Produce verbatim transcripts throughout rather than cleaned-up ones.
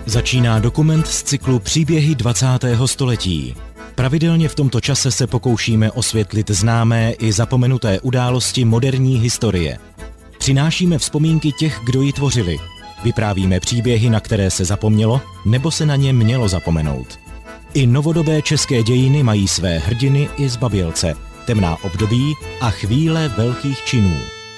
Začíná dokument z cyklu Příběhy dvacátého století. Pravidelně v tomto čase se pokoušíme osvětlit známé i zapomenuté události moderní historie. Přinášíme vzpomínky těch, kdo ji tvořili. Vyprávíme příběhy, na které se zapomnělo, nebo se na ně mělo zapomenout. I novodobé české dějiny mají své hrdiny i zbabělce, temná období a chvíle velkých činů.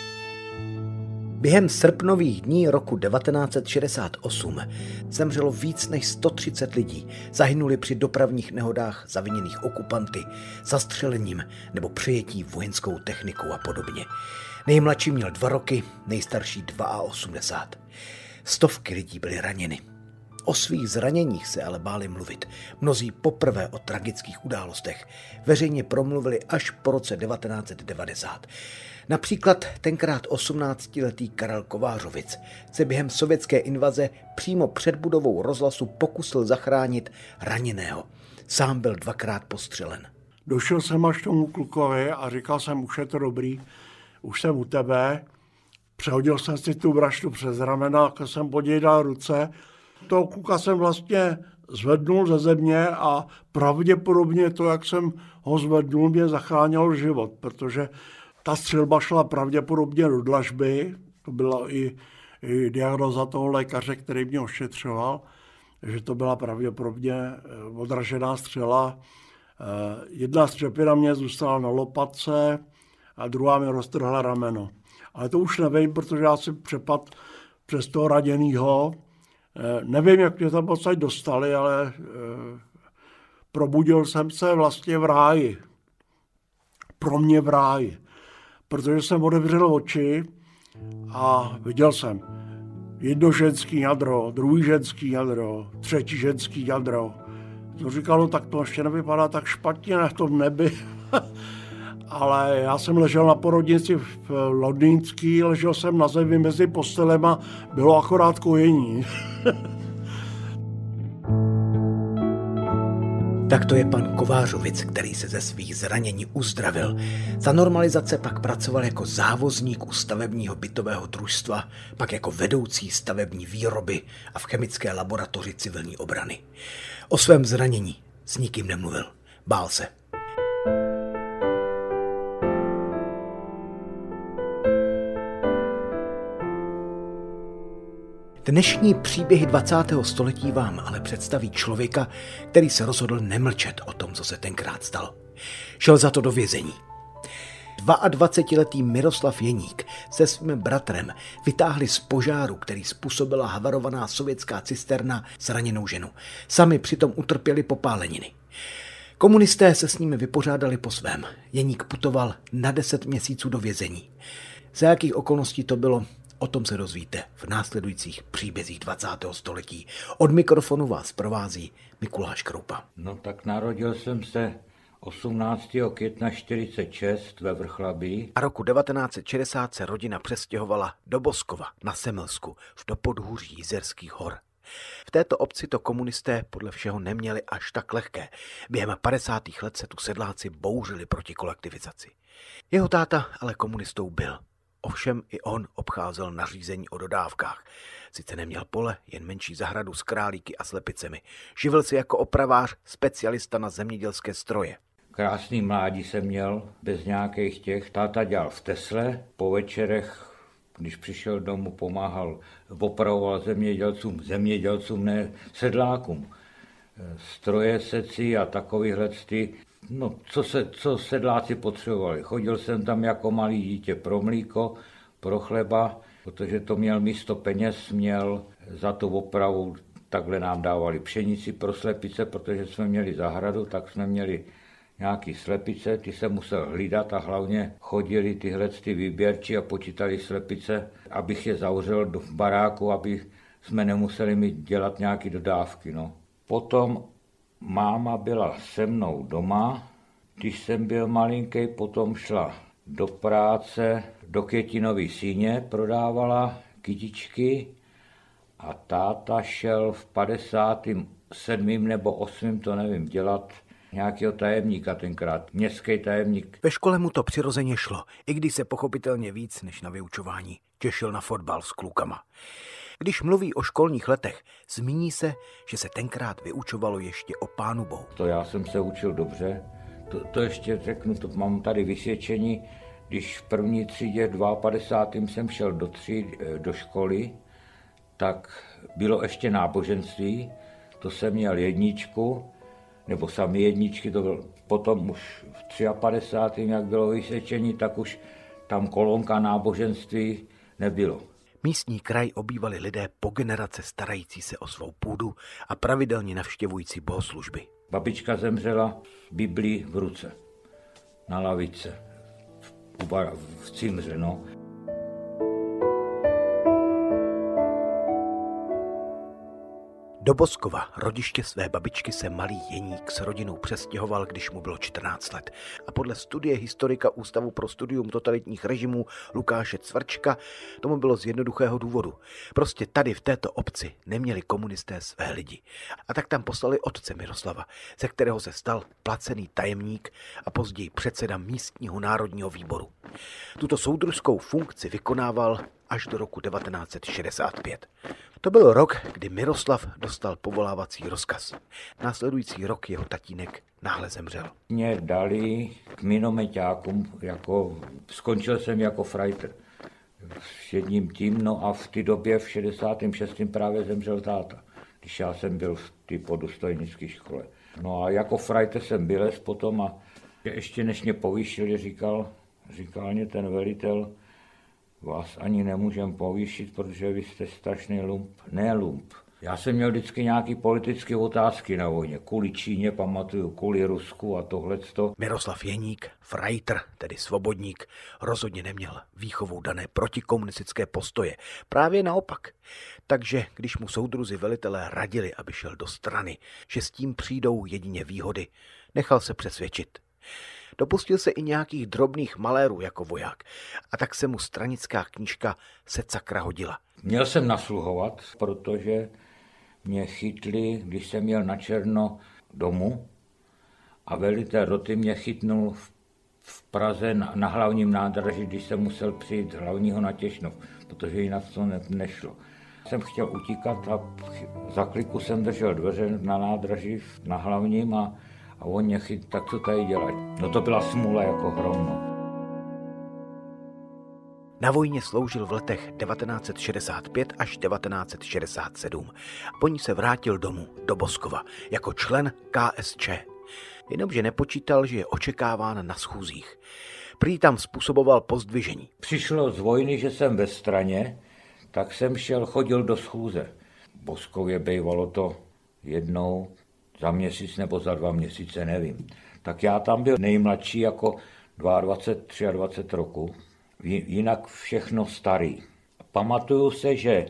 Během srpnových dní roku devatenáct set šedesát osm zemřelo víc než sto třicet lidí, zahynuli při dopravních nehodách zaviněných okupanty, zastřelením nebo přejetí vojenskou technikou a podobně. Nejmladší měl dva roky, nejstarší osmdesát dva. Stovky lidí byly raněny. O svých zraněních se ale báli mluvit. Mnozí poprvé o tragických událostech veřejně promluvili až po roce devatenáct set devadesát. Například tenkrát osmnáctiletý Karel Kovářovic se během sovětské invaze přímo před budovou rozhlasu pokusil zachránit raněného. Sám byl dvakrát postřelen. Došel jsem až tomu klukovi a říkal jsem, už je to dobrý, už jsem u tebe. Přehodil jsem si tu braštu přes ramena, když jsem pod něj dal ruce. Toho kluka jsem vlastně zvednul ze země a pravděpodobně to, jak jsem ho zvednul, mě zachránil život, protože ta střelba šla pravděpodobně do dlažby, to byla i, i diagnoza toho lékaře, který mě ošetřoval, že to byla pravděpodobně odražená střela. Jedna střepina mě zůstala na lopatce a druhá mi roztrhla rameno. Ale to už nevím, protože já si přepad přes toho raněnýho. Nevím, jak mě tam odsaď dostali, ale probudil jsem se vlastně v ráji. Pro mě v ráji. Protože jsem otevřel oči a viděl jsem jedno ženský jadro, druhý ženský jadro, třetí ženský jadro. To říkalo, tak to ještě nevypadá tak špatně na tom nebi. Ale já jsem ležel na porodnici v Londýnský, ležel jsem na zemi mezi postelema, bylo akorát kojení. Tak to je pan Kovářovic, který se ze svých zranění uzdravil. Za normalizace pak pracoval jako závozník u stavebního bytového družstva, pak jako vedoucí stavební výroby a v chemické laboratoři civilní obrany. O svém zranění s nikým nemluvil. Bál se. Dnešní příběhy dvacátého století vám ale představí člověka, který se rozhodl nemlčet o tom, co se tenkrát stalo. Šel za to do vězení. dvacetiletý Miroslav Jeník se svým bratrem vytáhli z požáru, který způsobila havarovaná sovětská cisterna, zraněnou ženu. Sami přitom utrpěli popáleniny. Komunisté se s nimi vypořádali po svém. Jeník putoval na deset měsíců do vězení. Za jakých okolností to bylo? O tom se dozvíte v následujících příbězích dvacátého století. Od mikrofonu vás provází Mikuláš Kroupa. No tak narodil jsem se osmnáctého května čtyřicet šest ve Vrchlabí. A roku devatenáct set šedesát se rodina přestěhovala do Boskova na Semilsku v dopodhůří Jizerských hor. V této obci to komunisté podle všeho neměli až tak lehké. Během padesátých let se tu sedláci bouřili proti kolektivizaci. Jeho táta ale komunistou byl. Ovšem i on obcházel nařízení o dodávkách. Sice neměl pole, jen menší zahradu s králíky a slepicemi. Živil se jako opravář, specialista na zemědělské stroje. Krásný mládí jsem měl, bez nějakých těch. Táta dělal v Tesle, po večerech, když přišel domů, pomáhal, opravoval zemědělcům, zemědělcům, ne sedlákům. Stroje secí a takovýhle ty. No, co, se, co sedláci potřebovali. Chodil jsem tam jako malý dítě pro mlíko, pro chleba, protože to měl místo peněz, měl za tu opravu, takhle nám dávali pšenici pro slepice, protože jsme měli zahradu, tak jsme měli nějaký slepice, ty se musel hlídat a hlavně chodili tyhle ty výběrči a počítali slepice, abych je zavřel do baráku, aby jsme nemuseli mít dělat nějaké dodávky. No. Potom máma byla se mnou doma, když jsem byl malinký, potom šla do práce, do Květinový síně, prodávala kytičky a táta šel v padesátém sedmém nebo osmém, to nevím, dělat nějakého tajemníka tenkrát, městský tajemník. Ve škole mu to přirozeně šlo, i když se pochopitelně víc než na vyučování těšil na fotbal s klukama. Když mluví o školních letech, zmíní se, že se tenkrát vyučovalo ještě o Pánu Bohu. To já jsem se učil dobře. To, to ještě řeknu, to mám tady vysvědčení. Když v první třídě padesátým druhým jsem šel do, tříd, do školy, tak bylo ještě náboženství. To jsem měl jedničku, nebo sami jedničky, to bylo potom už v padesátém druhým jak bylo vysvědčení, tak už tam kolonka náboženství nebylo. Místní kraj obývali lidé po generace starající se o svou půdu a pravidelně navštěvující bohoslužby. Babička zemřela s Biblí v ruce, na lavice, v, bar, v cimře, no. Do Boskova, rodiště své babičky, se malý Jeník s rodinou přestěhoval, když mu bylo čtrnáct let. A podle studie historika Ústavu pro studium totalitních režimů Lukáše Cvrčka tomu bylo z jednoduchého důvodu. Prostě tady v této obci neměli komunisté své lidi. A tak tam poslali otce Miroslava, ze kterého se stal placený tajemník a později předseda místního národního výboru. Tuto soudružskou funkci vykonával až do roku devatenáct set šedesát pět. To byl rok, kdy Miroslav dostal povolávací rozkaz. Následující rok jeho tatínek náhle zemřel. Mě dali k minomeťákům, jako, skončil jsem jako frajter s jedním tím, no a v té době v šedesátém šestém právě zemřel táta, když já jsem byl v té podůstojnické škole. No a jako frajter jsem bylez potom a ještě než mě povýšili, říkal, říkal mě ten velitel, vás ani nemůžem povýšit, protože vy jste strašný lump. Ne lump. Já jsem měl vždycky nějaké politické otázky na vojně. Kvůli Číně, pamatuju, kvůli Rusku a tohleto. Miroslav Jeník, frajter, tedy svobodník, rozhodně neměl výchovou dané protikomunistické postoje. Právě naopak. Takže když mu soudruzi velitelé radili, aby šel do strany, že s tím přijdou jedině výhody, nechal se přesvědčit. Dopustil se i nějakých drobných malérů jako voják a tak se mu stranická knížka secakra hodila. Měl jsem nasluhovat, protože mě chytli, když jsem jel na černo domů a velitel roty mě chytnul v, v Praze na, na hlavním nádraží, když jsem musel přijít z hlavního na Těšnov, protože jinak to ne, nešlo. Jsem chtěl utíkat a za kliku jsem držel dveře na nádraží na hlavním a A on mě chyt, tak co tady dělají? No to byla smůla jako hromno. Na vojně sloužil v letech devatenáct set šedesát pět až devatenáct set šedesát sedm. Po ní se vrátil domů, do Boskova, jako člen K S Č. Jenomže nepočítal, že je očekáván na schůzích. Prý tam způsoboval pozdvižení. Přišlo z vojny, že jsem ve straně, tak jsem šel, chodil do schůze. V Boskově bývalo to jednou za měsíc nebo za dva měsíce, nevím. Tak já tam byl nejmladší jako dvacet dva, dvacet tři roku, jinak všechno starý. Pamatuju se, že,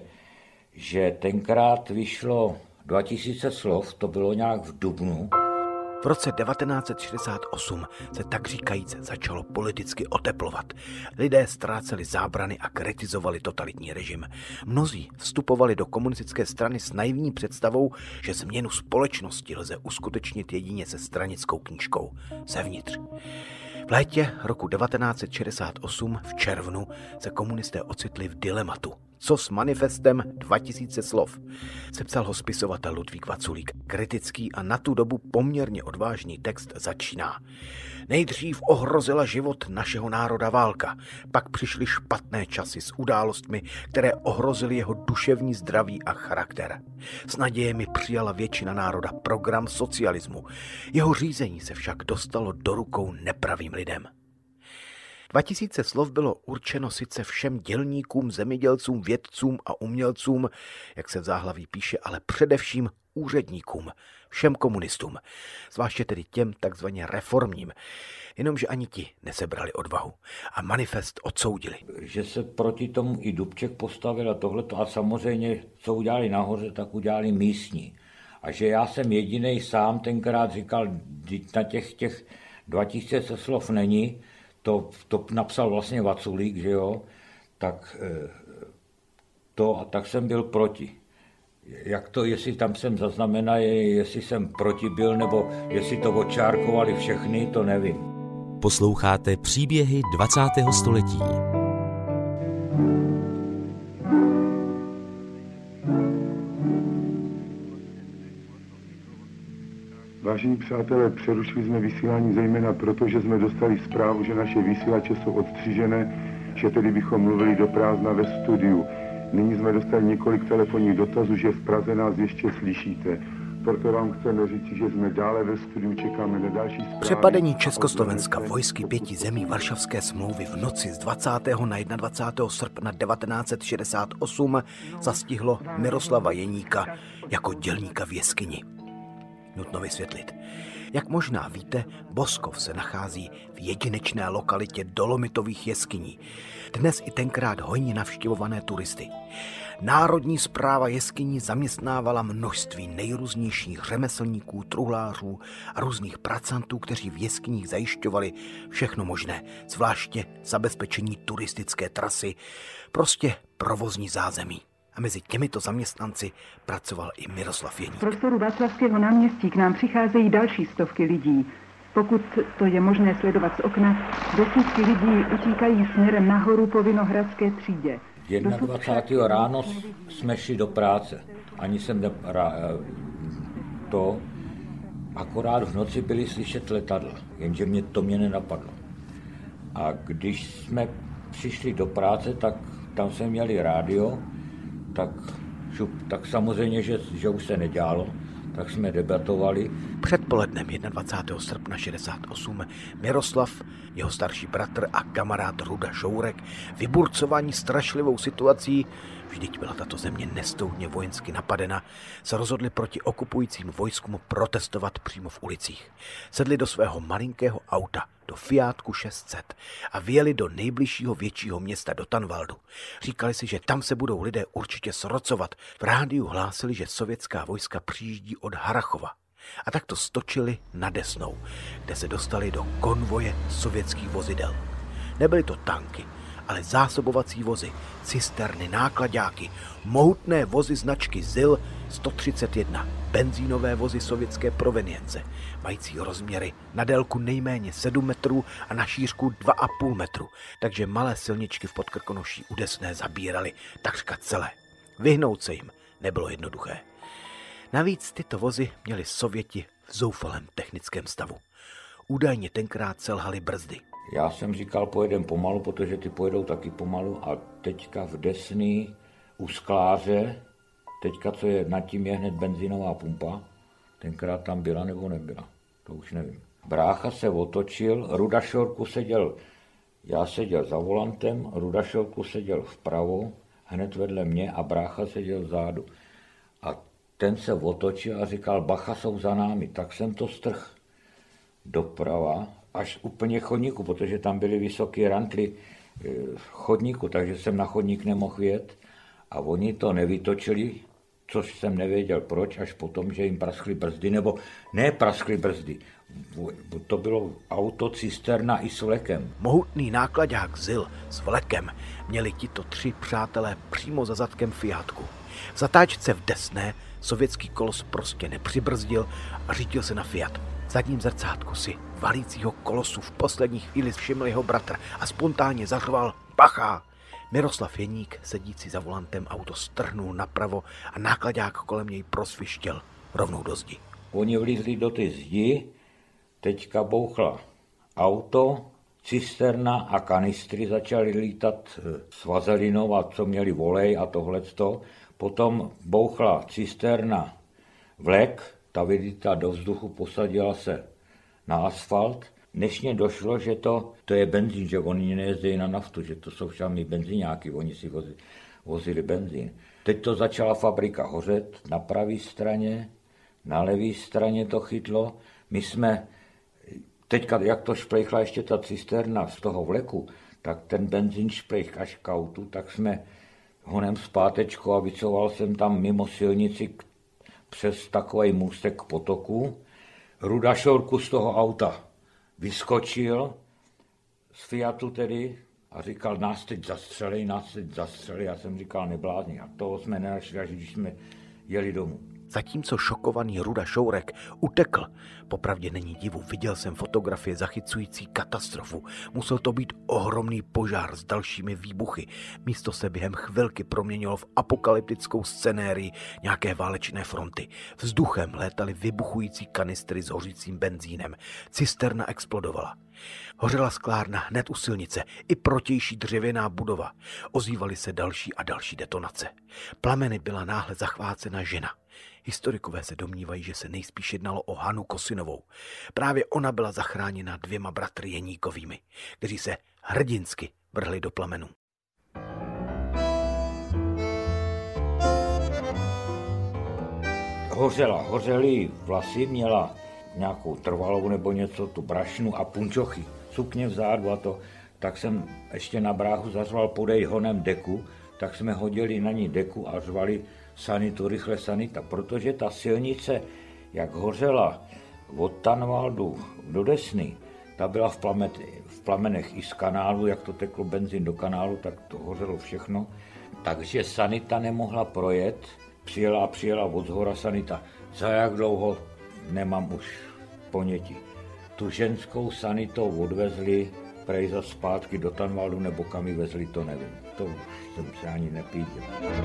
že tenkrát vyšlo dva tisíce slov, to bylo nějak v dubnu. V roce devatenáct set šedesát osm se tak říkajíc začalo politicky oteplovat. Lidé ztráceli zábrany a kritizovali totalitní režim. Mnozí vstupovali do komunistické strany s naivní představou, že změnu společnosti lze uskutečnit jedině se stranickou knížkou zevnitř. V létě roku devatenáct set šedesát osm v červnu se komunisté ocitli v dilematu. Co s manifestem dva tisíce slov? Sepsal ho spisovatel Ludvík Vaculík. Kritický a na tu dobu poměrně odvážný text začíná. Nejdřív ohrozila život našeho národa válka, pak přišly špatné časy s událostmi, které ohrozily jeho duševní zdraví a charakter. S nadějemi přijala většina národa program socialismu. Jeho řízení se však dostalo do rukou nepravým lidem. Dva tisíce slov bylo určeno sice všem dělníkům, zemědělcům, vědcům a umělcům, jak se v záhlaví píše, ale především úředníkům, všem komunistům, zvláště tedy těm takzvaně reformním, jenomže ani ti nesebrali odvahu a manifest odsoudili. Že se proti tomu i Dubček postavil a tohleto a samozřejmě, co udělali nahoře, tak udělali místní. A že já jsem jedinej sám tenkrát říkal, na těch, těch dva tisíce slov není, To, to napsal vlastně Vaculík, že jo, tak to a tak jsem byl proti. Jak to, jestli tam jsem zaznamenal, jestli jsem proti byl, nebo jestli to odčárkovali všechny, to nevím. Posloucháte příběhy dvacátého století. Vážení přátelé, přerušili jsme vysílání zejména proto, že jsme dostali zprávu, že naše vysílače jsou odstřižené, že tedy bychom mluvili do prázdna ve studiu. Nyní jsme dostali několik telefonních dotazů, že v Praze nás ještě slyšíte. Proto vám chceme říct, že jsme dále ve studiu, čekáme na další zprávy. Přepadení Československa vojsky pěti zemí Varšavské smlouvy v noci z dvacátého na dvacátého prvního srpna devatenáct set šedesát osm zastihlo Miroslava Jeníka jako dělníka v jeskyni. Nutno vysvětlit. Jak možná víte, Boskov se nachází v jedinečné lokalitě dolomitových jeskyní. Dnes i tenkrát hojně navštěvované turisty. Národní správa jeskyní zaměstnávala množství nejrůznějších řemeslníků, truhlářů a různých pracantů, kteří v jeskyních zajišťovali všechno možné, zvláště zabezpečení turistické trasy, prostě provozní zázemí. A mezi těmito zaměstnanci pracoval i Miroslav Jeník. V prostoru Václavského náměstí k nám přicházejí další stovky lidí. Pokud to je možné sledovat z okna, desítky lidí utíkají směrem nahoru po Vinohradské třídě. dvacátého prvního ráno jsme šli do práce. Ani jsem ne... to... Akorát v noci byly slyšet letadla, jenže mě to mě nenapadlo. A když jsme přišli do práce, tak tam jsme měli rádio, tak, šup, tak samozřejmě, že, že už se nedělalo, tak jsme debatovali. Předpolednem dvacátého prvního srpna šedesát osm Miroslav, jeho starší bratr a kamarád Ruda Šourek, vyburcovaní strašlivou situací, vždyť byla tato země nestoudně vojensky napadena, se rozhodli proti okupujícím vojskům protestovat přímo v ulicích. Sedli do svého malinkého auta, do Fiatku šest set a vyjeli do nejbližšího většího města, do Tanvaldu. Říkali si, že tam se budou lidé určitě srocovat. V rádiu hlásili, že sovětská vojska přijíždí od Harachova. A tak to stočili na Desnou, kde se dostali do konvoje sovětských vozidel. Nebyly to tanky, ale zásobovací vozy, cisterny, náklaďáky, mohutné vozy značky Z I L sto třicet jedna, benzínové vozy sovětské provenience, mající rozměry na délku nejméně sedm metrů a na šířku dva a půl metru, takže malé silničky v Podkrkonoší u Desné zabíraly takřka celé. Vyhnout se jim nebylo jednoduché. Navíc tyto vozy měli Sověti v zoufalém technickém stavu. Údajně tenkrát selhaly brzdy. Já jsem říkal, pojedem pomalu, protože ty pojedou taky pomalu a teďka v Desný u skláře, teďka co je nad tím je hned benzínová pumpa, tenkrát tam byla nebo nebyla, to už nevím. Brácha se otočil, Ruda Šorku seděl, já seděl za volantem, Ruda Šorku seděl vpravo, hned vedle mě a brácha seděl vzadu. A ten se otočil a říkal, bacha, jsou za námi, tak jsem to strh doprava, až úplně chodníku, protože tam byly vysoké rantly chodníku, takže jsem na chodník nemohl jet a oni to nevytočili, což jsem nevěděl proč, až potom, že jim praskly brzdy, nebo ne praskly brzdy, to bylo auto, cisterna i s vlekem. Mohutný náklaďák Z I L s vlekem měli tito tři přátelé přímo za zadkem Fiatku. V zatáčce v Desné sovětský kolos prostě nepřibrzdil a řídil se na Fiat. V zadním zrcátku si valícího kolosu v poslední chvíli všiml jeho bratr a spontánně zařval bacha. Miroslav Jeník, sedící za volantem, auto strhnul napravo a náklaďák kolem něj prosvištěl rovnou do zdi. Oni vlízli do ty zdi, teďka bouchla auto, cisterna a kanistry začaly lítat s vazelinou a co měli volej a tohleto. Potom bouchla cisterna vlek, ta vylítá do vzduchu, posadila se na asfalt. Než mě došlo, že to, to je benzín, že oni nejezdí na naftu, že to jsou všami benzíňáky, oni si vozi, vozili benzín. Teď to začala fabrika hořet na pravé straně, na levé straně to chytlo. My jsme, teďka jak to šplejchla ještě ta cisterna z toho vleku, tak ten benzín šplejch až k autu, tak jsme honem zpátečko a vycouval jsem tam mimo silnici přes takový můstek k potoku. Ruda Šorku z toho auta vyskočil, z Fiatu tedy, a říkal, nás teď zastřelej, nás teď zastřelej. Já jsem říkal, neblázni. A toho jsme nenašli, až když jsme jeli domů. Zatímco šokovaný Ruda Šourek utekl, popravdě není divu, viděl jsem fotografie zachycující katastrofu. Musel to být ohromný požár s dalšími výbuchy. Místo se během chvilky proměnilo v apokalyptickou scenérii nějaké válečné fronty. Vzduchem létaly vybuchující kanistry s hořícím benzínem. Cisterna explodovala. Hořela sklárna hned u silnice, i protější dřevěná budova. Ozývaly se další a další detonace. Plameny byla náhle zachvácena žena. Historikové se domnívají, že se nejspíš jednalo o Hanu Kosinovou. Právě ona byla zachráněna dvěma bratry Jeníkovými, kteří se hrdinsky vrhli do plamenů. Hořela, hořely vlasy, měla nějakou trvalou nebo něco, tu brašnu a punčochy, sukně vzadu a to. Tak jsem ještě na bráchu zařval podej honem deku, tak jsme hodili na ní deku a řvali sanitu, rychle sanita, protože ta silnice, jak hořela od Tanvaldu do Desny, ta byla v, plamet, v plamenech i z kanálu, jak to teklo benzín do kanálu, tak to hořelo všechno. Takže sanita nemohla projet, přijela a přijela od zhora sanita. Za jak dlouho, nemám už ponětí. Tu ženskou sanitou odvezli prej za zpátky do Tanvaldu, nebo kam ji vezli, to nevím. To už jsem se ani nepíděl.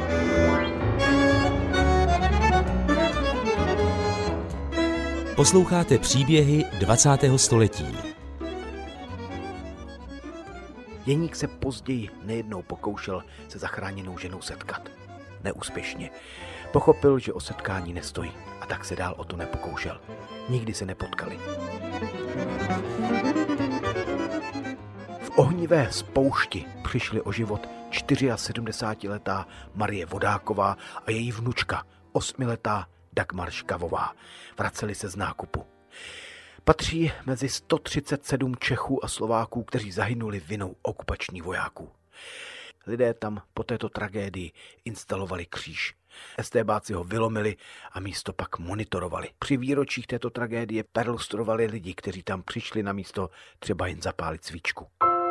Posloucháte příběhy dvacátého století. Jeník se později nejednou pokoušel se zachráněnou ženou setkat. Neúspěšně. Pochopil, že o setkání nestojí, a tak se dál o to nepokoušel. Nikdy se nepotkali. V ohnivé spoušti přišli o život sedmdesátičtyřletá Marie Vodáková a její vnučka, osmiletá Dagmar Škavová. Vraceli se z nákupu. Patří mezi sto třicet sedm Čechů a Slováků, kteří zahynuli vinou okupačních vojáků. Lidé tam po této tragédii instalovali kříž. STBáci ho vylomili a místo pak monitorovali. Při výročích této tragédie perlustrovali lidi, kteří tam přišli na místo třeba jen zapálit svíčku.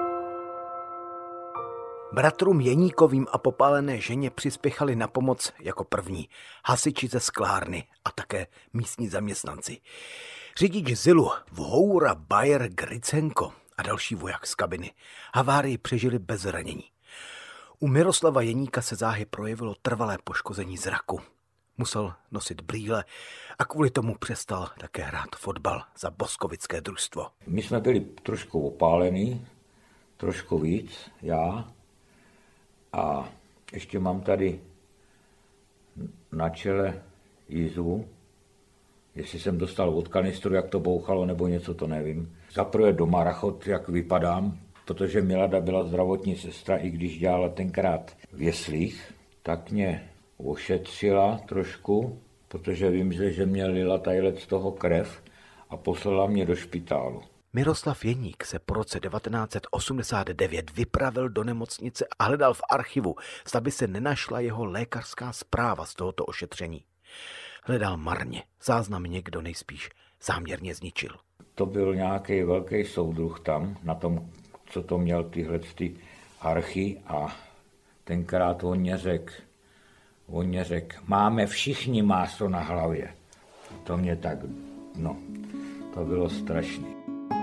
Bratrům Jeníkovým a popálené ženě přispěchali na pomoc jako první hasiči ze sklárny a také místní zaměstnanci. Řidič Zilu, Vhoura Bayer Gricenko a další voják z kabiny havárii přežili bez zranění. U Miroslava Jeníka se záhy projevilo trvalé poškození zraku. Musel nosit brýle a kvůli tomu přestal také hrát fotbal za boskovické družstvo. My jsme byli trošku opálení, trošku víc, já. A ještě mám tady na čele jízvu. Jestli jsem dostal od kanistru, jak to bouchalo, nebo něco, to nevím. Zaprvé doma rachot, jak vypadám, protože Milada byla zdravotní sestra, i když dělala tenkrát v jeslích, tak mě ošetřila trošku, protože vím, že mě lila tadyhle z toho krev a poslala mě do špitálu. Miroslav Jeník se po roce devatenáct set osmdesát devět vypravil do nemocnice a hledal v archivu, zda by se nenašla jeho lékařská zpráva z tohoto ošetření. Hledal marně, záznam někdo nejspíš záměrně zničil. To byl nějaký velký soudruh tam, na tom, co to měl tyhle ty archy, a tenkrát on mě řekl, on mě řekl, máme všichni máslo na hlavě. To mě tak, no, to bylo strašné.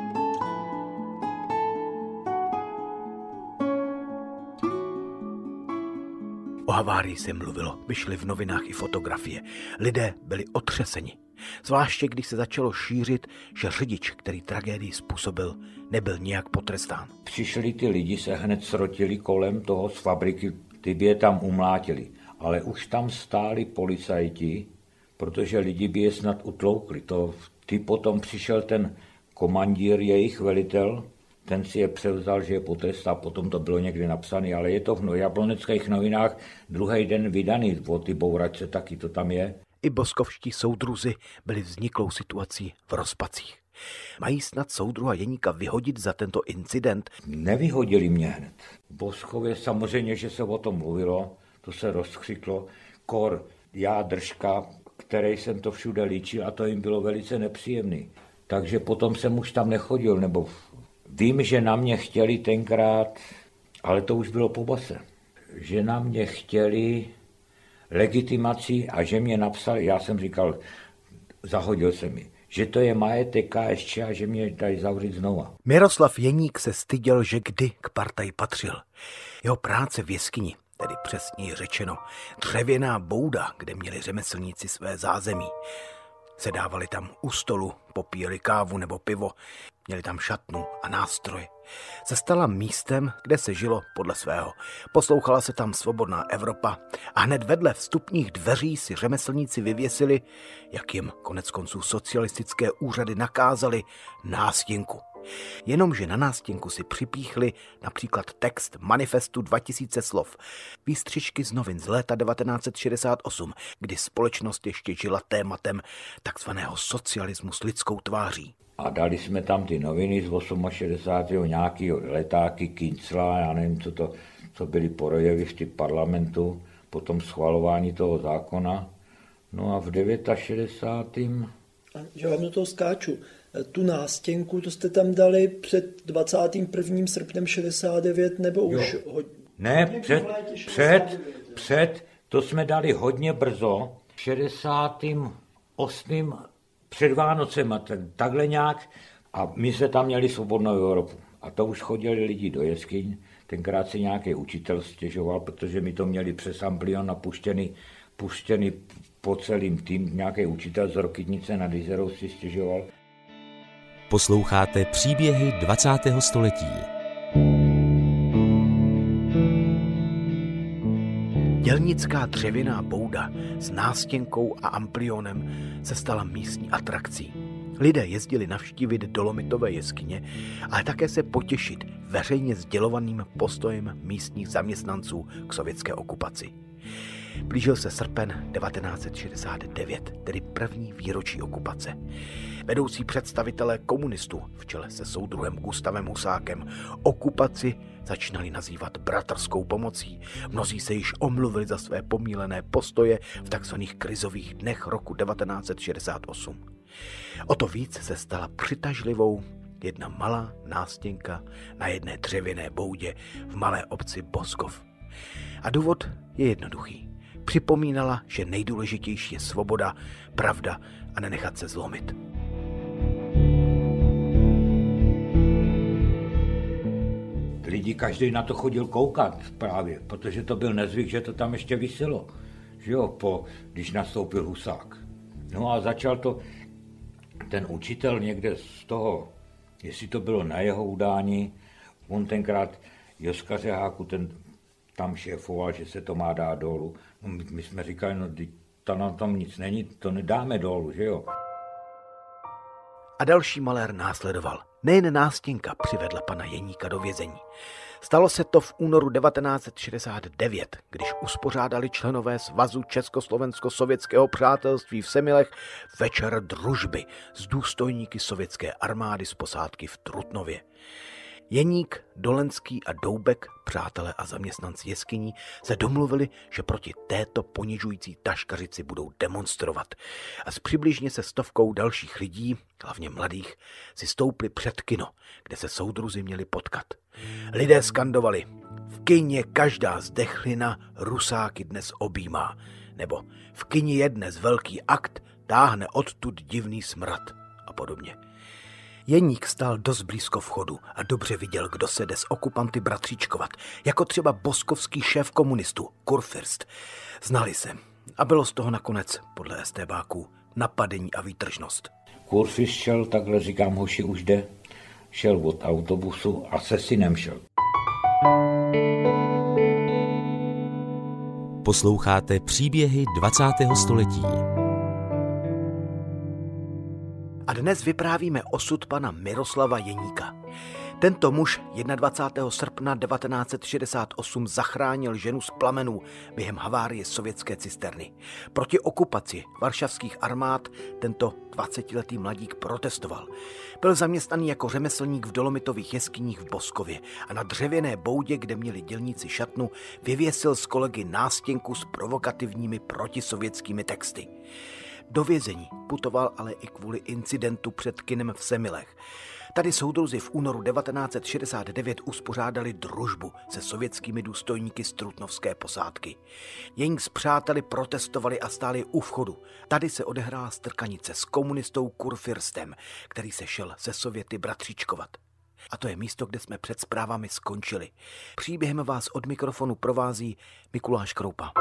O havárii se mluvilo, vyšly v novinách i fotografie. Lidé byli otřeseni. Zvláště když se začalo šířit, že řidič, který tragédii způsobil, nebyl nijak potrestán. Přišli ty lidi, se hned srotili kolem toho z fabriky, ty by je tam umlátili. Ale už tam stáli policajti, protože lidi by je snad utloukli. To, ty potom přišel ten komandír, jejich velitel, ten si je převzal, že je potrestá, potom to bylo někde napsané, ale je to v jabloneckých novinách druhý den vydaný, o ty bouračce taky to tam je. I boskovští soudruzi byli vzniklou situací v rozpacích. Mají snad soudruha Jeníka vyhodit za tento incident? Nevyhodili mě hned. V Boskově samozřejmě, že se o tom mluvilo, to se rozkřiklo. Kor, já Držka, který jsem to všude líčil, a to jim bylo velice nepříjemný. Takže potom jsem už tam nechodil, nebo vím, že na mě chtěli tenkrát, ale to už bylo po base, že na mě chtěli legitimaci a že mě napsal, já jsem říkal, zahodil se mi, že to je majetek K S Č a že mě dají zavřít znova. Miroslav Jeník se styděl, že kdy k partaji patřil. Jeho práce v jeskyni, tedy přesněji řečeno dřevěná bouda, kde měli řemeslníci své zázemí. Sedávali tam u stolu, popíjeli kávu nebo pivo, měli tam šatnu a nástroje. Se stala místem, kde se žilo podle svého. Poslouchala se tam svobodná Evropa a hned vedle vstupních dveří si řemeslníci vyvěsili, jak jim konec konců socialistické úřady nakázali, nástěnku. Jenomže na nástěnku si připíchli například text manifestu dva tisíce slov, výstřižky z novin z léta devatenáct set šedesát osm, kdy společnost ještě žila tématem takzvaného socialismu s lidskou tváří. A dali jsme tam ty noviny z šedesátého osmého nějaký letáky, Kincla, já nevím, co to, co byly projevy v parlamentu, potom schvalování toho zákona. No a v šedesátém devátém Že vám do toho skáču. Tu nástěnku, to jste tam dali před dvacátým prvním srpnem šedesát devět, nebo už? Ho... Ne, před, před, před, to jsme dali hodně brzo, v šedesátém osmém před Vánocema, takhle nějak, a my jsme tam měli svobodnou Evropu. A to už chodili lidi do jeskyň, tenkrát si nějaký učitel stěžoval, protože my to měli přes Amplion napuštěný, puštěný po celým tým, nějaký učitel z Rokytnice nad Jizerou si stěžoval. Posloucháte příběhy dvacátého století. Dělnická dřevěná bouda s nástěnkou a amplionem se stala místní atrakcí. Lidé jezdili navštívit dolomitové jeskyně, ale také se potěšit veřejně sdělovaným postojem místních zaměstnanců k sovětské okupaci. Blížil se srpen devatenáct set šedesát devět, tedy první výročí okupace. Vedoucí představitelé komunistů v čele se soudruhem Gustavem Husákem okupaci začínali nazývat bratrskou pomocí. Mnozí se již omluvili za své pomílené postoje v takzvaných krizových dnech roku devatenáct set šedesát osm. O to víc se stala přitažlivou jedna malá nástěnka na jedné dřevěné boudě v malé obci Boskov. A důvod je jednoduchý. Připomínala, že nejdůležitější je svoboda, pravda a nenechat se zlomit. Lidi každý na to chodil koukat právě, protože to byl nezvyk, že to tam ještě viselo, že jo, po, když nastoupil Husák. No a začal to ten učitel někde z toho, jestli to bylo na jeho udání, on tenkrát Joska Řeháku, ten tam šéfoval, že se to má dát dolů. No my, my jsme říkali, no to na tom nic není, to nedáme dolů, že jo. A další malér následoval. Nejen nástěnka přivedla pana Jeníka do vězení. Stalo se to v únoru devatenáct set šedesát devět, když uspořádali členové Svazu Československo-sovětského přátelství v Semilech večer družby s důstojníky sovětské armády z posádky v Trutnově. Jeník, Dolenský a Doubek, přátelé a zaměstnanci jeskyní, se domluvili, že proti této ponižující taškařici budou demonstrovat. A s přibližně se stovkou dalších lidí, hlavně mladých, si stoupli před kino, kde se soudruzi měli potkat. Lidé skandovali: v kině každá zdechlina Rusáky dnes objímá, nebo v kině je dnes velký akt, táhne odtud divný smrad a podobně. Jeník stál dost blízko vchodu a dobře viděl, kdo se jde s okupanty bratříčkovat, jako třeba boskovský šéf komunistů, Kurfürst. Znali se a bylo z toho nakonec, podle estébáků, napadení a výtržnost. Kurfürst šel, takhle říkám, hoši už jde, šel od autobusu a se synem šel. Posloucháte příběhy dvacátého století. A dnes vyprávíme osud pana Miroslava Jeníka. Tento muž dvacátého prvního srpna devatenáct set šedesát osm zachránil ženu z plamenů během havárie sovětské cisterny. Proti okupaci varšavských armád tento dvacetiletý mladík protestoval. Byl zaměstnaný jako řemeslník v dolomitových jeskyních v Boskově a na dřevěné boudě, kde měli dělníci šatnu, vyvěsil s kolegy nástěnku s provokativními protisovětskými texty. Do vězení putoval ale i kvůli incidentu před kinem v Semilech. Tady soudruzi v únoru devatenáct set šedesát devět uspořádali družbu se sovětskými důstojníky z Trutnovské posádky. Jejich přáteli protestovali a stáli u vchodu. Tady se odehrála strkanice s komunistou Kurfirstem, který se šel se Sověty bratříčkovat. A to je místo, kde jsme před zprávami skončili. Příběhem vás od mikrofonu provází Mikuláš Kroupa.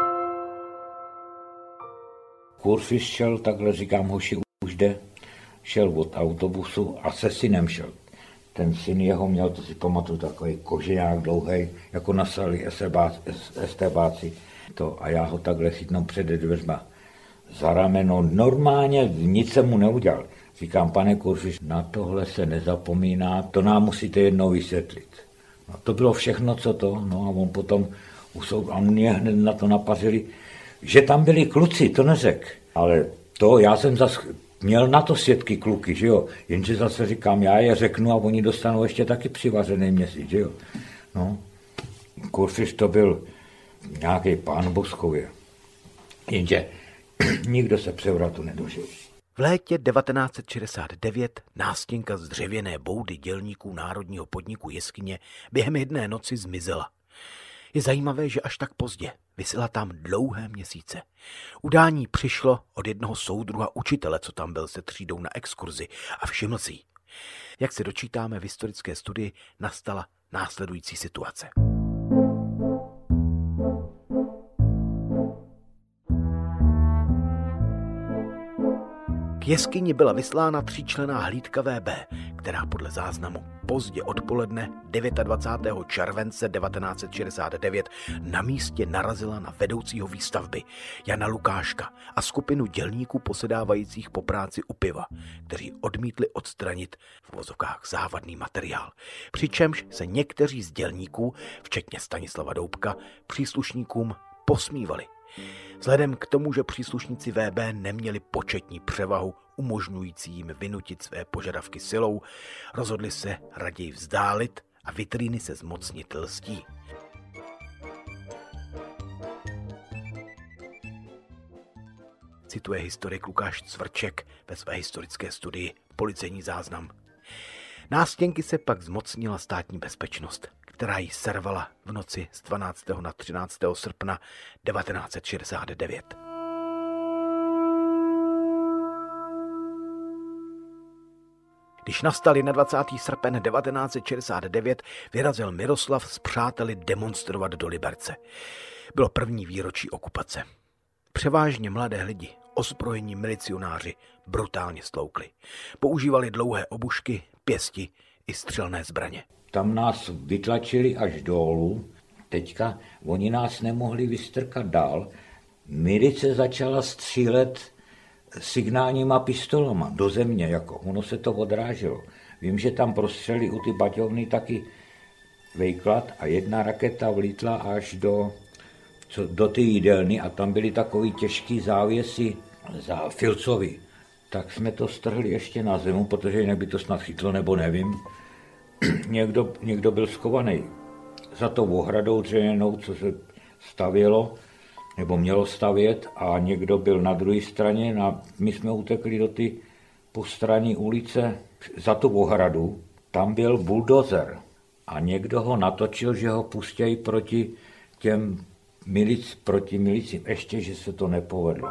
Kurfist šel, takhle říkám, hoši už jde, šel od autobusu a se synem šel. Ten syn jeho měl, to si pamatuju, takový koženák dlouhej, jako nasali estébáci. To, a já ho takhle chytnu před dveřma za rameno. Normálně nic jsem mu neudělal. Říkám, pane Kurfist, na tohle se nezapomíná, to nám musíte jednou vysvětlit. No, to bylo všechno, co to, no a on potom usoudil, a mě hned na to napařili, že tam byli kluci, to neřek. Ale to, já jsem zas měl na to svědky kluky, že jo, jenže zase říkám, já je řeknu a oni dostanou ještě taky přivařený měsíc, že jo. No, Kurfist to byl nějaký pán Boskově, jenže nikdo se převratu nedožil. V létě devatenáct set šedesát devět nástěnka z dřevěné boudy dělníků národního podniku Jeskyně během jedné noci zmizela. Je zajímavé, že až tak pozdě visela tam dlouhé měsíce. Udání přišlo od jednoho soudruha učitele, co tam byl se třídou na exkurzi a všiml si. Jak se dočítáme v historické studii, nastala následující situace. K jeskyni byla vyslána tříčlenná hlídka V B, která podle záznamu pozdě odpoledne dvacátého devátého července devatenáct set šedesát devět na místě narazila na vedoucího výstavby Jana Lukáška a skupinu dělníků posedávajících po práci u piva, kteří odmítli odstranit v vozovkách závadný materiál. Přičemž se někteří z dělníků, včetně Stanislava Doubka, příslušníkům posmívali. Vzhledem k tomu, že příslušníci V B neměli početní převahu umožňující jim vynutit své požadavky silou, rozhodli se raději vzdálit a vitríny se zmocnit lstí. Cituje historik Lukáš Cvrček ve své historické studii Policejní záznam. Nástěnky se pak zmocnila státní bezpečnost, která ji servala v noci z dvanáctého na třináctého srpna devatenáct set šedesát devět. Když nastal dvacátého prvního srpen devatenáct set šedesát devět, vyrazil Miroslav s přáteli demonstrovat do Liberce. Bylo první výročí okupace. Převážně mladé lidi, ozbrojení milicionáři, brutálně stloukli. Používali dlouhé obušky, pěsti i střelné zbraně. Tam nás vytlačili až dolů, teďka oni nás nemohli vystrkat dál. Milice začala střílet signálníma pistolama do země, jako ono se to odráželo. Vím, že tam prostřelili u ty baťovny taky vejklad a jedna raketa vlítla až do, co, do ty jídelny a tam byly takový těžký závěsy za filcový. Tak jsme to strhli ještě na zemu, protože jinak by to snad chytlo, nebo nevím. Někdo, někdo byl schovaný za tou ohradou dřevěnou, co se stavělo, nebo mělo stavět, a někdo byl na druhé straně. A my jsme utekli do ty postranní ulice za tu ohradu. Tam byl buldozer a někdo ho natočil, že ho pustějí proti těm milic, proti milicím. Ještě, že se to nepovedlo.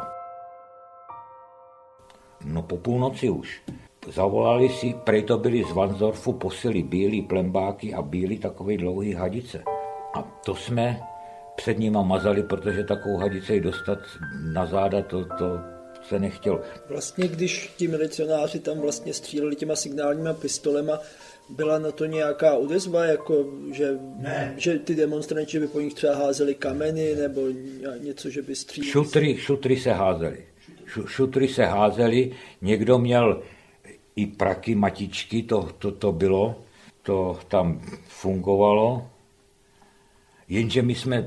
No po půlnoci už. Zavolali si, prej to byli z Vansdorfu, posily bílý plembáky a bílý takový dlouhý hadice. A to jsme před nima mazali, protože takovou hadice dostat na záda, to, to se nechtělo. Vlastně když ti milicionáři tam vlastně stříleli těma signálníma pistolema, byla na to nějaká odezva, jako že, že ty demonstranti by po nich třeba házeli kameny nebo něco, že by stříleli? Šutry, šutry se házeli. Šutry se házeli, někdo měl i praky, matičky, to, to, to bylo, to tam fungovalo, jenže my jsme,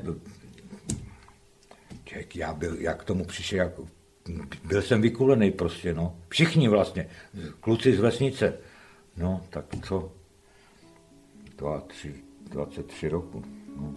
ček, já byl, jak k tomu přišel, jak, byl jsem vykulený prostě, no, všichni vlastně, kluci z vesnice, no, tak co, dva, tři, dvacet tři roku, no.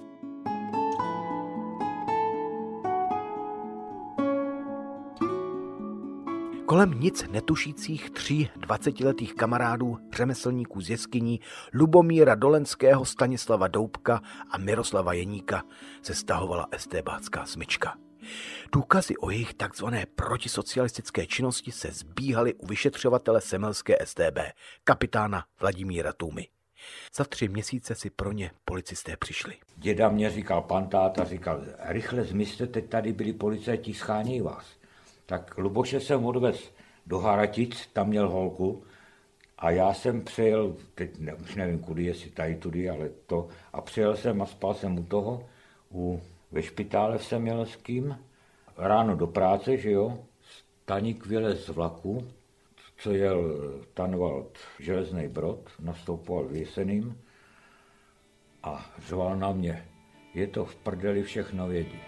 Kolem nic netušících tří dvacetiletých kamarádů, řemeslníků z jeskyní, Lubomíra Dolenského, Stanislava Doubka a Miroslava Jeníka se stahovala estébácká smyčka. Důkazy o jejich takzvané protisocialistické činnosti se zbíhaly u vyšetřovatele semelské es té bé, kapitána Vladimíra Tůmy. Za tři měsíce si pro ně policisté přišli. Děda mě říkal, pan táta říkal, rychle zmizte, teď tady byli policajti, schánějí vás. Tak Luboše jsem odvez do Haratic, tam měl holku a já jsem přijel, teď ne, už nevím kudy, jestli tady tudy, ale to, a přijel jsem a spal jsem u toho, u, ve špitále v Semělským, ráno do práce, že jo, Staník vylez z vlaku, co jel Tanvald Železný Brod, nastoupoval v Jeseným a řval na mě, je to v prdeli, všechno vědí.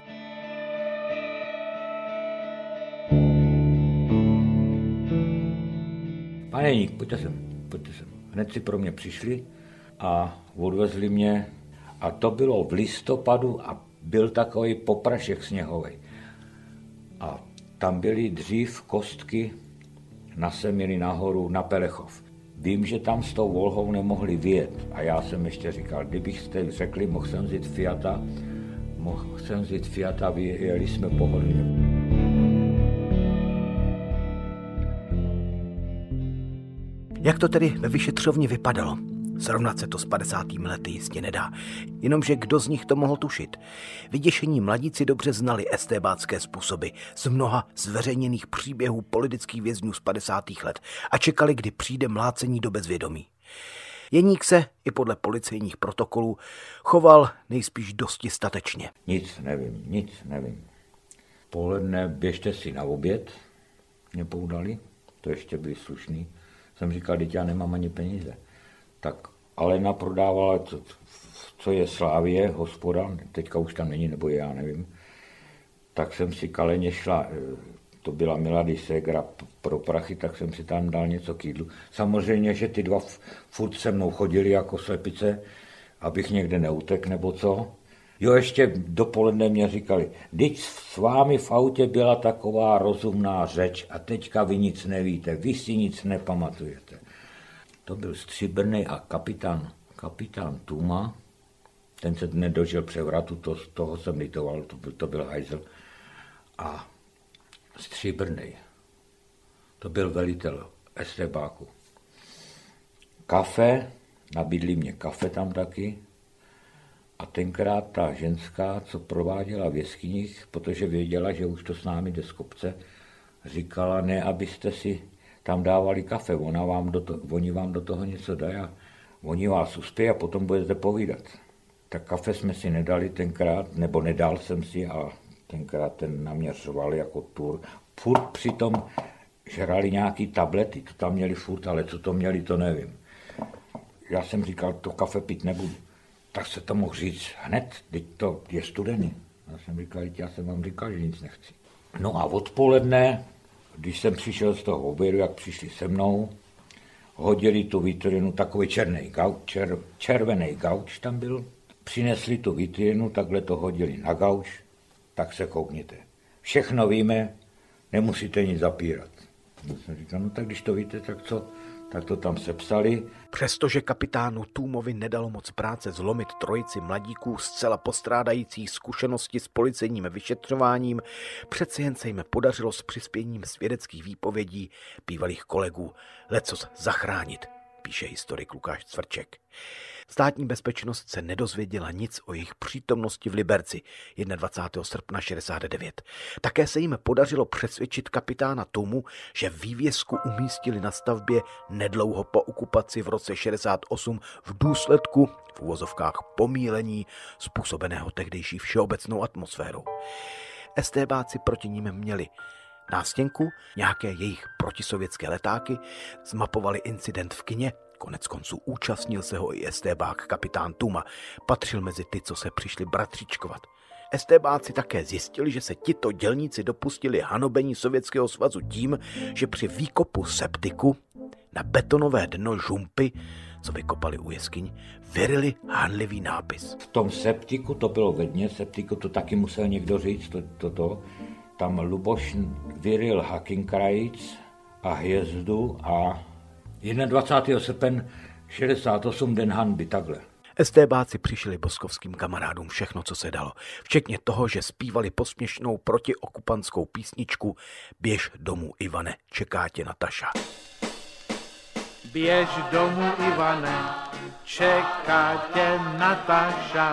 Pane Jeník, pojďte sem, pojďte sem. Hned si pro mě přišli a odvezli mě a to bylo v listopadu a byl takový poprašek sněhový. A tam byly dřív kostky na Semily nahoru na Pelechov. Vím, že tam s tou Volhou nemohli vyjet a já jsem ještě říkal, kdybyste řekli, mohl jsem vzít Fiata, mohl jsem vzít Fiata, vyjeli jsme pohodlně. Jak to tedy ve vyšetřovně vypadalo? Srovnat se to s padesátými lety jistě nedá. Jenomže kdo z nich to mohl tušit? Vyděšení mladíci dobře znali estébácké způsoby z mnoha zveřejněných příběhů politických vězňů z padesátých let a čekali, kdy přijde mlácení do bezvědomí. Jeník se, i podle policejních protokolů, choval nejspíš dosti statečně. Nic nevím, nic nevím. Poledne běžte si na oběd, mě poudali, to ještě byli slušný. Jsem říkal, teď já nemám ani peníze. Tak Alena prodávala, co, co je Slávie, hospoda, teďka už tam není, nebo já nevím. Tak jsem si k Aleně šla, to byla Milady ségra pro prachy, tak jsem si tam dal něco k jídlu. Samozřejmě, že ty dva furt se mnou chodili jako slepice, abych někde neutek nebo co. Jo, ještě dopoledne mě říkali, teď s vámi v autě byla taková rozumná řeč a teďka vy nic nevíte, vy si nic nepamatujete. To byl Stříbrný a kapitán, kapitán Tůma, ten se nedožil převratu, to, toho jsem litoval, to byl, to byl hajzl. A Stříbrný, to byl velitel estébáku. Kafe, nabídli mě kafe tam taky, a tenkrát ta ženská, co prováděla v jeskyních, protože věděla, že už to s námi jde z kopce, říkala, ne, abyste si tam dávali kafe, ona vám do to, oni vám do toho něco dají a oni vás uspějí a potom budete povídat. Tak kafe jsme si nedali tenkrát, nebo nedal jsem si a tenkrát ten na mě řval jako tur. Furt přitom žrali nějaký tablety, to tam měli furt, ale co to měli, to nevím. Já jsem říkal, to kafe pít nebudu. Tak se to mohl říct hned, teď to je studený. Já jsem říkal, já jsem vám říkal, že nic nechci. No a odpoledne, když jsem přišel z toho obědu, jak přišli se mnou, hodili tu vitrinu, takový černý gauč, čer, červený gauč tam byl, přinesli tu vitrinu, takhle to hodili na gauč, tak se koukněte. Všechno víme, nemusíte nic zapírat. Já jsem říkal, no tak když to víte, tak co? Tak to tam sepsali. Přestože kapitánu Tůmovi nedalo moc práce zlomit trojici mladíků zcela postrádajících zkušenosti s policejním vyšetřováním, přeci jen se jim podařilo s přispěním svědeckých výpovědí bývalých kolegů lecos zachránit, píše historik Lukáš Cvrček. Státní bezpečnost se nedozvěděla nic o jejich přítomnosti v Liberci dvacátého prvního srpna šedesát devět. Také se jim podařilo přesvědčit kapitána Tůmu, že vývězku umístili na stavbě nedlouho po okupaci v roce šedesát osm v důsledku v uvozovkách pomílení způsobeného tehdejší všeobecnou atmosférou. Estébáci proti ním měli nástěnku, nějaké jejich protisovětské letáky, zmapovali incident v kině. Konec konců účastnil se ho i estébák kapitán Tůma. Patřil mezi ty, co se přišli bratříčkovat. Estébáci také zjistili, že se tito dělníci dopustili hanobení Sovětského svazu tím, že při výkopu septiku na betonové dno žumpy, co vykopali u jeskyň, vyrili hanlivý nápis. V tom septiku, to bylo ve dně, septiku to taky musel někdo říct, to, to, to. Tam Luboš vyril Hakenkrajc a Hvězdu a dvacátého prvního srpna šedesát osm den hanby, takhle. STBáci přišli boskovským kamarádům všechno, co se dalo. Včetně toho, že zpívali posměšnou protiokupantskou písničku Běž domů, Ivane, čeká tě Nataša. Běž domů, Ivane, čeká tě Nataša.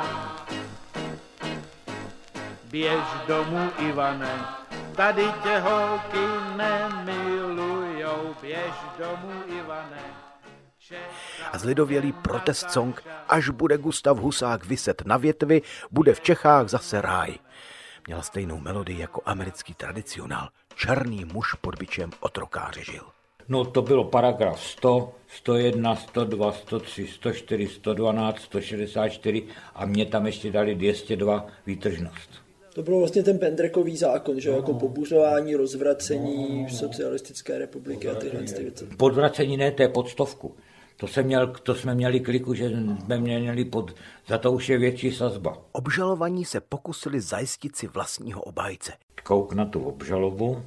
Běž domů, Ivane, tady tě holky nemilujou. Běž domů, Ivane. A zlidovělý protest song Až bude Gustav Husák viset na větvi, bude v Čechách zase ráj. Měla stejnou melodii jako americký tradicionál. Černý muž pod bičem otrokáře žil. No to bylo paragraf sto, sto jedna, sto dva, sto tři, sto čtyři, sto dvanáct, sto šedesát čtyři a mě tam ještě dali dvě stě dva výtržnost. To bylo vlastně ten Pendrekový zákon, že no. Jako pobuřování, rozvracení no. Socialistické republiky a tyhle věci. Podvracení ne, to je pod stovku. To, jsem měl, to jsme měli kliku, že jsme měli pod, za to už je větší sazba. Obžalovaní se pokusili zajistit si vlastního obhájce. Kouk na tu obžalobu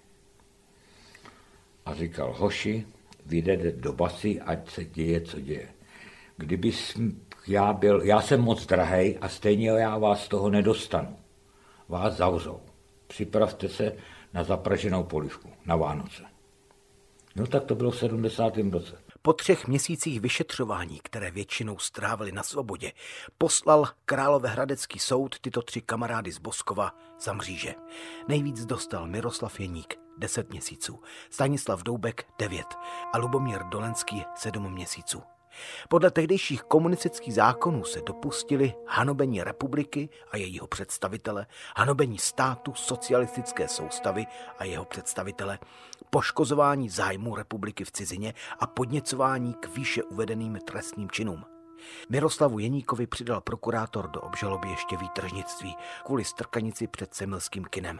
a říkal, hoši, vy jdete do basy, ať se děje, co děje. Kdyby já byl, já jsem moc drahej a stejně já vás z toho nedostanu. Vás zavřou. Připravte se na zapraženou polivku na Vánoce. No tak to bylo v sedmdesátém roce. Po třech měsících vyšetřování, které většinou strávili na svobodě, poslal Královéhradecký soud tyto tři kamarády z Boskova za mříže. Nejvíc dostal Miroslav Jeník, deset měsíců, Stanislav Doubek, devět a Lubomír Dolenský, sedm měsíců. Podle tehdejších komunistických zákonů se dopustili hanobení republiky a jejího představitele, hanobení státu socialistické soustavy a jeho představitele, poškozování zájmů republiky v cizině a podněcování k výše uvedeným trestným činům. Miroslavu Jeníkovi přidal prokurátor do obžaloby ještě výtržnictví kvůli strkanici před semilským kinem.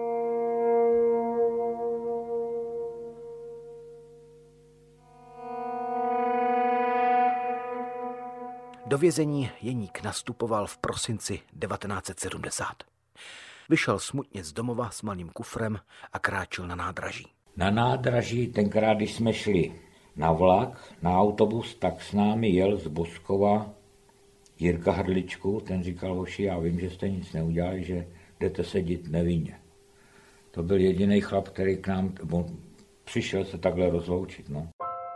Do vězení Jeník nastupoval v prosinci devatenáct set sedmdesát. Vyšel smutně z domova s malým kufrem a kráčel na nádraží. Na nádraží tenkrát, když jsme šli na vlak, na autobus, tak s námi jel z Boskova Jirka Hrdličku. Ten říkal, hoši, já vím, že jste nic neudělali, že jdete sedět nevinně. To byl jediný chlap, který k nám přišel se takhle rozloučit. No.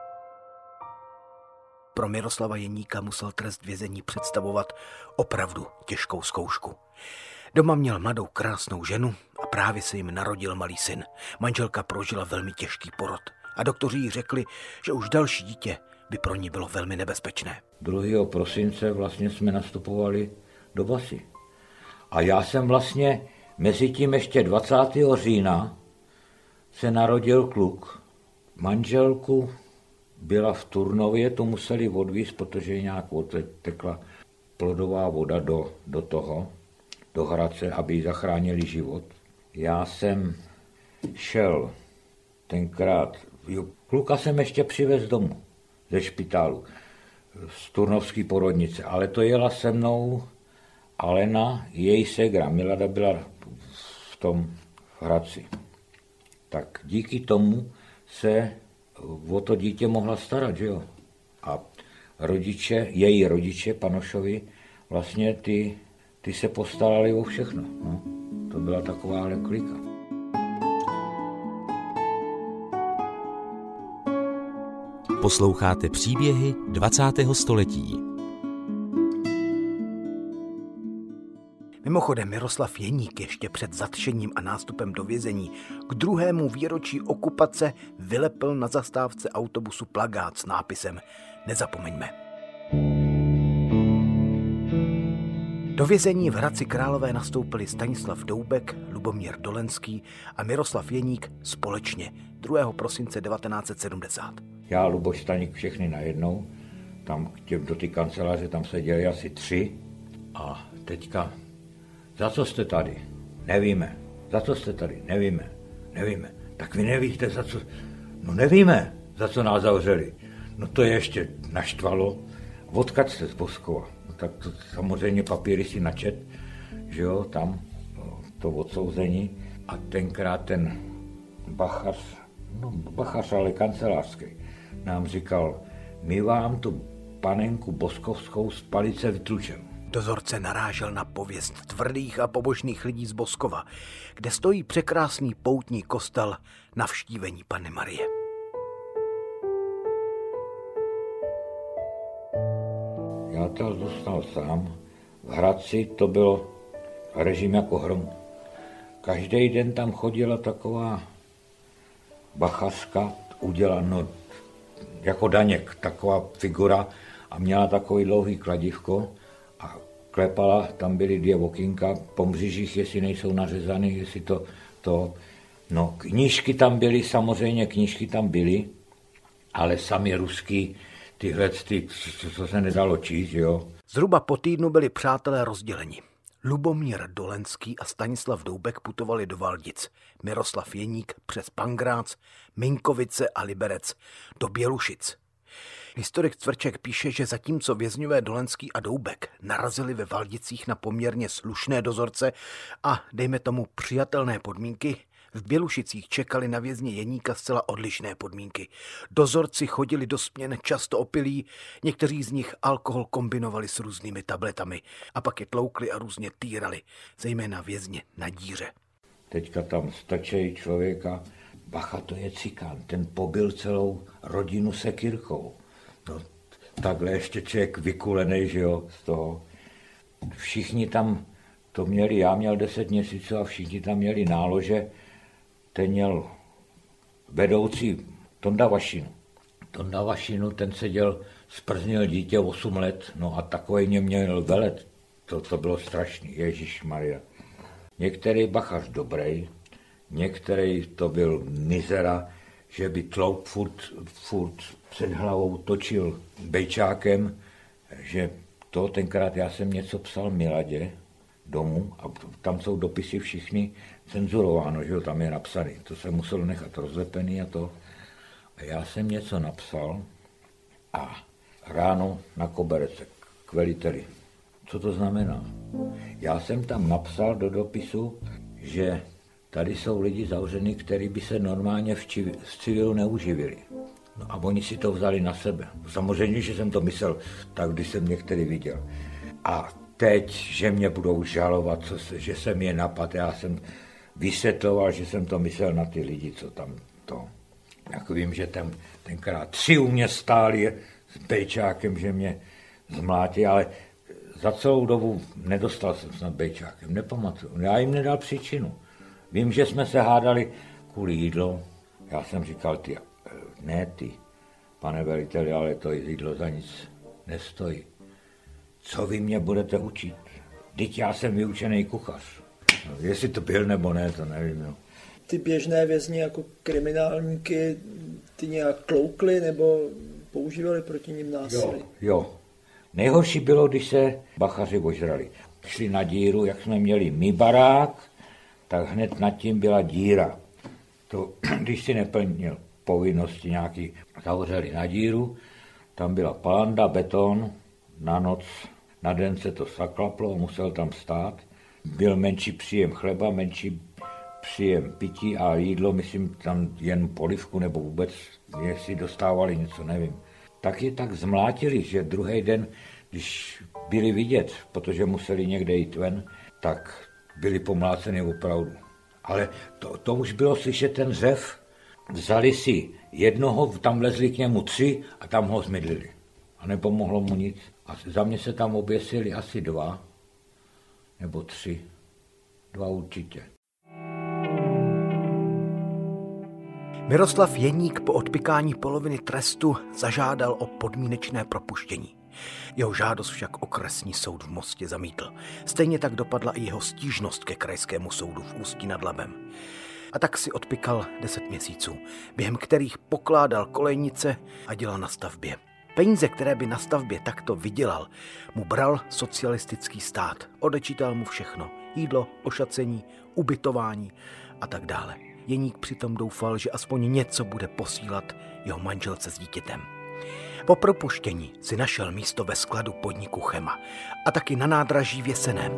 Pro Miroslava Jeníka musel trest vězení představovat opravdu těžkou zkoušku. Doma měl mladou krásnou ženu a právě se jim narodil malý syn. Manželka prožila velmi těžký porod a doktoři jí řekli, že už další dítě by pro ní bylo velmi nebezpečné. druhého prosince vlastně jsme nastupovali do basy. A já jsem vlastně mezi tím ještě dvacátého října se narodil kluk. Manželku byla v Turnově, to museli odvízt, protože nějak tekla plodová voda do, do toho, do Hradce, aby jí zachránili život. Já jsem šel tenkrát, jo, kluka jsem ještě přivez domů ze špitálu, z Turnovské porodnice, ale to jela se mnou Alena, její ségra, Milada byla v tom Hradci. Tak díky tomu se o to dítě mohla starat, že jo. A rodiče, její rodiče, Panošovi, vlastně ty, ty se postarali o všechno. No. To byla takováhle klika. Posloucháte příběhy dvacátého století. Mimochodem Miroslav Jeník ještě před zatčením a nástupem do vězení k druhému výročí okupace vylepil na zastávce autobusu plakát s nápisem Nezapomeňme. Do vězení v Hradci Králové nastoupili Stanislav Doubek, Lubomír Dolenský a Miroslav Jeník společně druhého prosince devatenáct set sedmdesát. Já, Luboš, Staník, všechny najednou, tam k těm, do té kanceláře, tam seděli asi tři a teďka, za co jste tady? Nevíme. Za co jste tady? Nevíme. Nevíme. Tak vy nevíte, za co? No nevíme, za co nás zavřeli. No to je ještě naštvalo. Odkud jste z Boskova? No tak to samozřejmě papíry si načet, že jo, tam to odsouzení. A tenkrát ten bachař no bachař, ale kancelářský, nám říkal, my vám tu panenku Boskovskou z Palice vytlučem. Dozorce narážel na pověst tvrdých a pobožných lidí z Boskova, kde stojí překrásný poutní kostel Navštívení Panny Marie. Já to dostal sám. V Hradci to bylo režim jako hrom. Každý den tam chodila taková bachařka, udělaná jako Daněk, taková figura a měla takový dlouhý kladívko a klepala, tam byly dvě okýnka po mřížích, jestli nejsou nařezaný, jestli to, to... No, knížky tam byly, samozřejmě knížky tam byly, ale sami ruský, tyhle, ty, co, co se nedalo číst, jo. Zhruba po týdnu byli přátelé rozděleni. Lubomír Dolenský a Stanislav Doubek putovali do Valdic, Miroslav Jeník přes Pangrác, Minkovice a Liberec do Bělušic. Historik Cvrček píše, že zatímco vězňové Dolenský a Doubek narazili ve Valdicích na poměrně slušné dozorce a, dejme tomu, přijatelné podmínky, v Bělušicích čekali na vězně Jeníka zcela odlišné podmínky. Dozorci chodili do směn často opilí, někteří z nich alkohol kombinovali s různými tabletami a pak je tloukli a různě týrali, zejména vězně na díře. Teďka tam stačí člověka, bacha, to je cikán, ten pobil celou rodinu sekyrkou. No, takhle ještě člověk vykulenej, že jo, z toho. Všichni tam to měli, já měl deset měsíců a všichni tam měli nálože. Ten měl vedoucí Tonda Vašinu. Tonda Vašinu, ten seděl, sprznil dítě osm let, no a takovej mě měl velet. To, to bylo strašný, ježišmarja. Některý bachař dobrý, některý to byl mizera, že by tlouk furt, furt před hlavou točil bejčákem, že to tenkrát já jsem něco psal Miladě domů a tam jsou dopisy všichni cenzurováno, že jo, tam je napsaný. To se muselo nechat rozlepený a to. A já jsem něco napsal a ráno na koberec k veliteli. Co to znamená? Já jsem tam napsal do dopisu, že tady jsou lidi zavřený, kteří by se normálně v, či, v civilu neuživili. No a oni si to vzali na sebe. Samozřejmě, že jsem to myslel tak, když jsem některý viděl. A teď, že mě budou žalovat, co se, že jsem je napad, já jsem vysvětloval, že jsem to myslel na ty lidi, co tam to. Jak vím, že ten, tenkrát tři u mě stáli s bejčákem, že mě zmlátí, ale za celou dobu nedostal jsem snad bejčákem, nepamatuju. Já jim nedal příčinu. Vím, že jsme se hádali kvůli jídlo. Já jsem říkal, ty, ne ty, pane veliteli, ale to jídlo za nic nestojí. Co vy mě budete učit? Vždyť já jsem vyučený kuchař. No, jestli to byl nebo ne, to nevím. No. Ty běžné vězni jako kriminálníky, ty nějak kloukli nebo používali proti nim násilí? Jo, jo. Nejhorší bylo, když se bachaři ožrali. Šli na díru, jak jsme měli my barák, tak hned nad tím byla díra. To, když si neplnil povinnosti nějaký, zavřeli na díru, tam byla palanda, beton, na noc, na den se to zaklaplo, musel tam stát. Byl menší příjem chleba, menší příjem pití a jídlo, myslím, tam jen polivku nebo vůbec, jestli dostávali něco, nevím. Tak je tak zmlátili, že druhý den, když byli vidět, protože museli někde jít ven, tak byli pomláceni opravdu. Ale to, to už bylo slyšet ten řev. Vzali si jednoho, tam lezli k němu tři a tam ho zmydlili. A nepomohlo mu nic. A za mě se tam oběsili asi dva, nebo tři. Dva určitě. Miroslav Jeník po odpykání poloviny trestu zažádal o podmínečné propuštění. Jeho žádost však okresní soud v Mostě zamítl. Stejně tak dopadla i jeho stížnost ke krajskému soudu v Ústí nad Labem. A tak si odpykal deset měsíců, během kterých pokládal kolejnice a dělal na stavbě. Peníze, které by na stavbě takto vydělal, mu bral socialistický stát. Odečítal mu všechno. Jídlo, ošacení, ubytování a tak dále. Jeník přitom doufal, že aspoň něco bude posílat jeho manželce s dítětem. Po propuštění si našel místo ve skladu podniku Chema a taky na nádraží v Jeseném.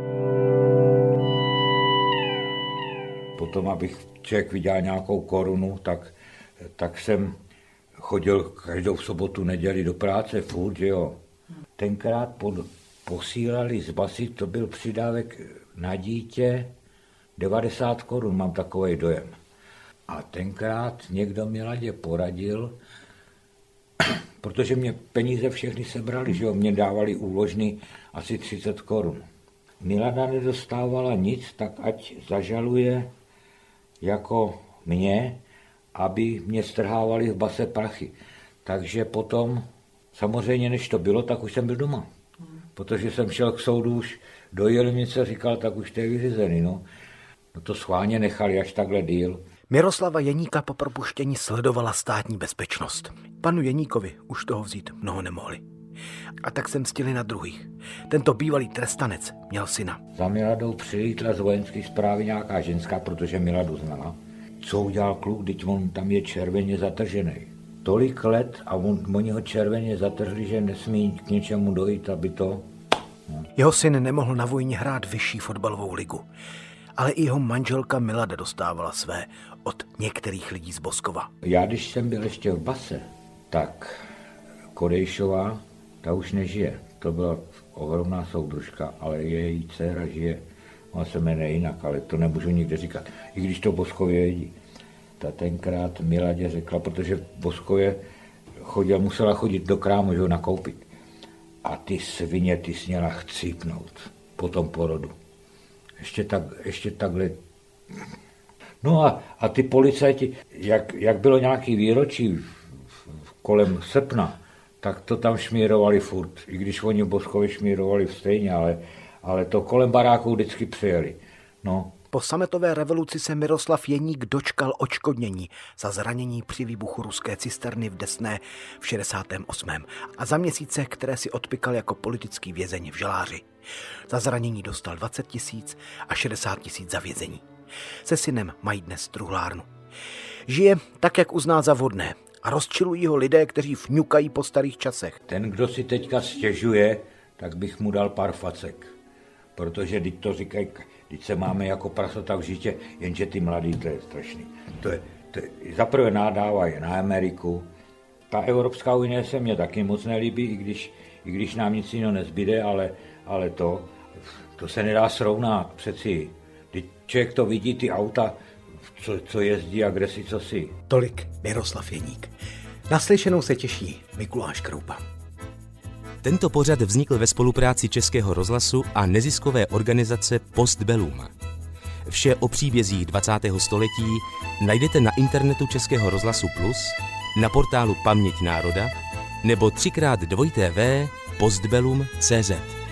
Potom, abych člověk viděl nějakou korunu, tak tak jsem chodil každou sobotu, neděli do práce, furt, že jo. Tenkrát pod, posílali z basy, to byl přidávek na dítě, devadesát korun, mám takový dojem. A tenkrát někdo Miladě poradil, protože mě peníze všechny sebrali, že jo, mě dávali úložny asi třicet korun. Milada nedostávala nic, tak ať zažaluje jako mě, aby mě strhávali v base prachy. Takže potom, samozřejmě než to bylo, tak už jsem byl doma. Protože jsem šel k soudu už do Jelenice, říkal, tak už to je vyřízený, no. No to schválně nechali až takhle díl. Miroslava Jeníka po propuštění sledovala státní bezpečnost. Panu Jeníkovi už toho vzít mnoho nemohli. A tak se mstili na druhých. Tento bývalý trestanec měl syna. Za Miladou přilítla z vojenské správy nějaká ženská, protože Miladu znala. Co udělal kluk, když on tam je červeně zatržený. Tolik let a on, oni ho červeně zatrhli, že nesmí k něčemu dojít, aby to... No. Jeho syn nemohl na vojně hrát vyšší fotbalovou ligu. Ale i jeho manželka Milada dostávala své od některých lidí z Boskova. Já, když jsem byl ještě v base, tak Kodejšová, ta už nežije. To byla ohromná soudružka, ale její dcera žije. Ona se jmenuje jinak, ale to nemůžu nikde říkat. I když to Boskově vědí. Ta tenkrát Miladě řekla, protože v Boskově chodila, musela chodit do krámu, že ho nakoupit. A ty svině, ty směla chcípnout po tom porodu. Ještě, tak, ještě takhle. No a, a ty policajti, jak, jak bylo nějaký výročí kolem srpna, tak to tam šmírovali furt. I když oni v Boskově šmírovali stejně, ale, ale to kolem baráků vždycky přijeli. No. Po sametové revoluci se Miroslav Jeník dočkal odškodnění za zranění při výbuchu ruské cisterny v Desné v šedesátém osmém a za měsíce, které si odpykal jako politický vězeň v Žaláři. Za zranění dostal dvacet tisíc a šedesát tisíc za vězení. Se synem mají dnes truhlárnu. Žije tak, jak uzná za vhodné a rozčilují ho lidé, kteří fňukají po starých časech. Ten, kdo si teďka stěžuje, tak bych mu dal pár facek. Protože teď to říkají, teď se máme jako prasota v žitě, jenže ty mladí, to je strašný. To je, to je, zaprvé nádávají na Ameriku. Ta Evropská unie se mně taky moc nelíbí, i když, i když nám nic jiného nezbyde, ale, ale to, to se nedá srovnat přeci. Teď člověk to vidí, ty auta, co, co jezdí a kde si, co si. Tolik Miroslav Jeník. Naslyšenou se těší Mikuláš Kroupa. Tento pořad vznikl ve spolupráci Českého rozhlasu a neziskové organizace Postbellum. Vše o příbězích dvacátého století najdete na internetu Českého rozhlasu Plus, na portálu Paměť národa nebo třikrát dvojité v postbellum tečka cé zet.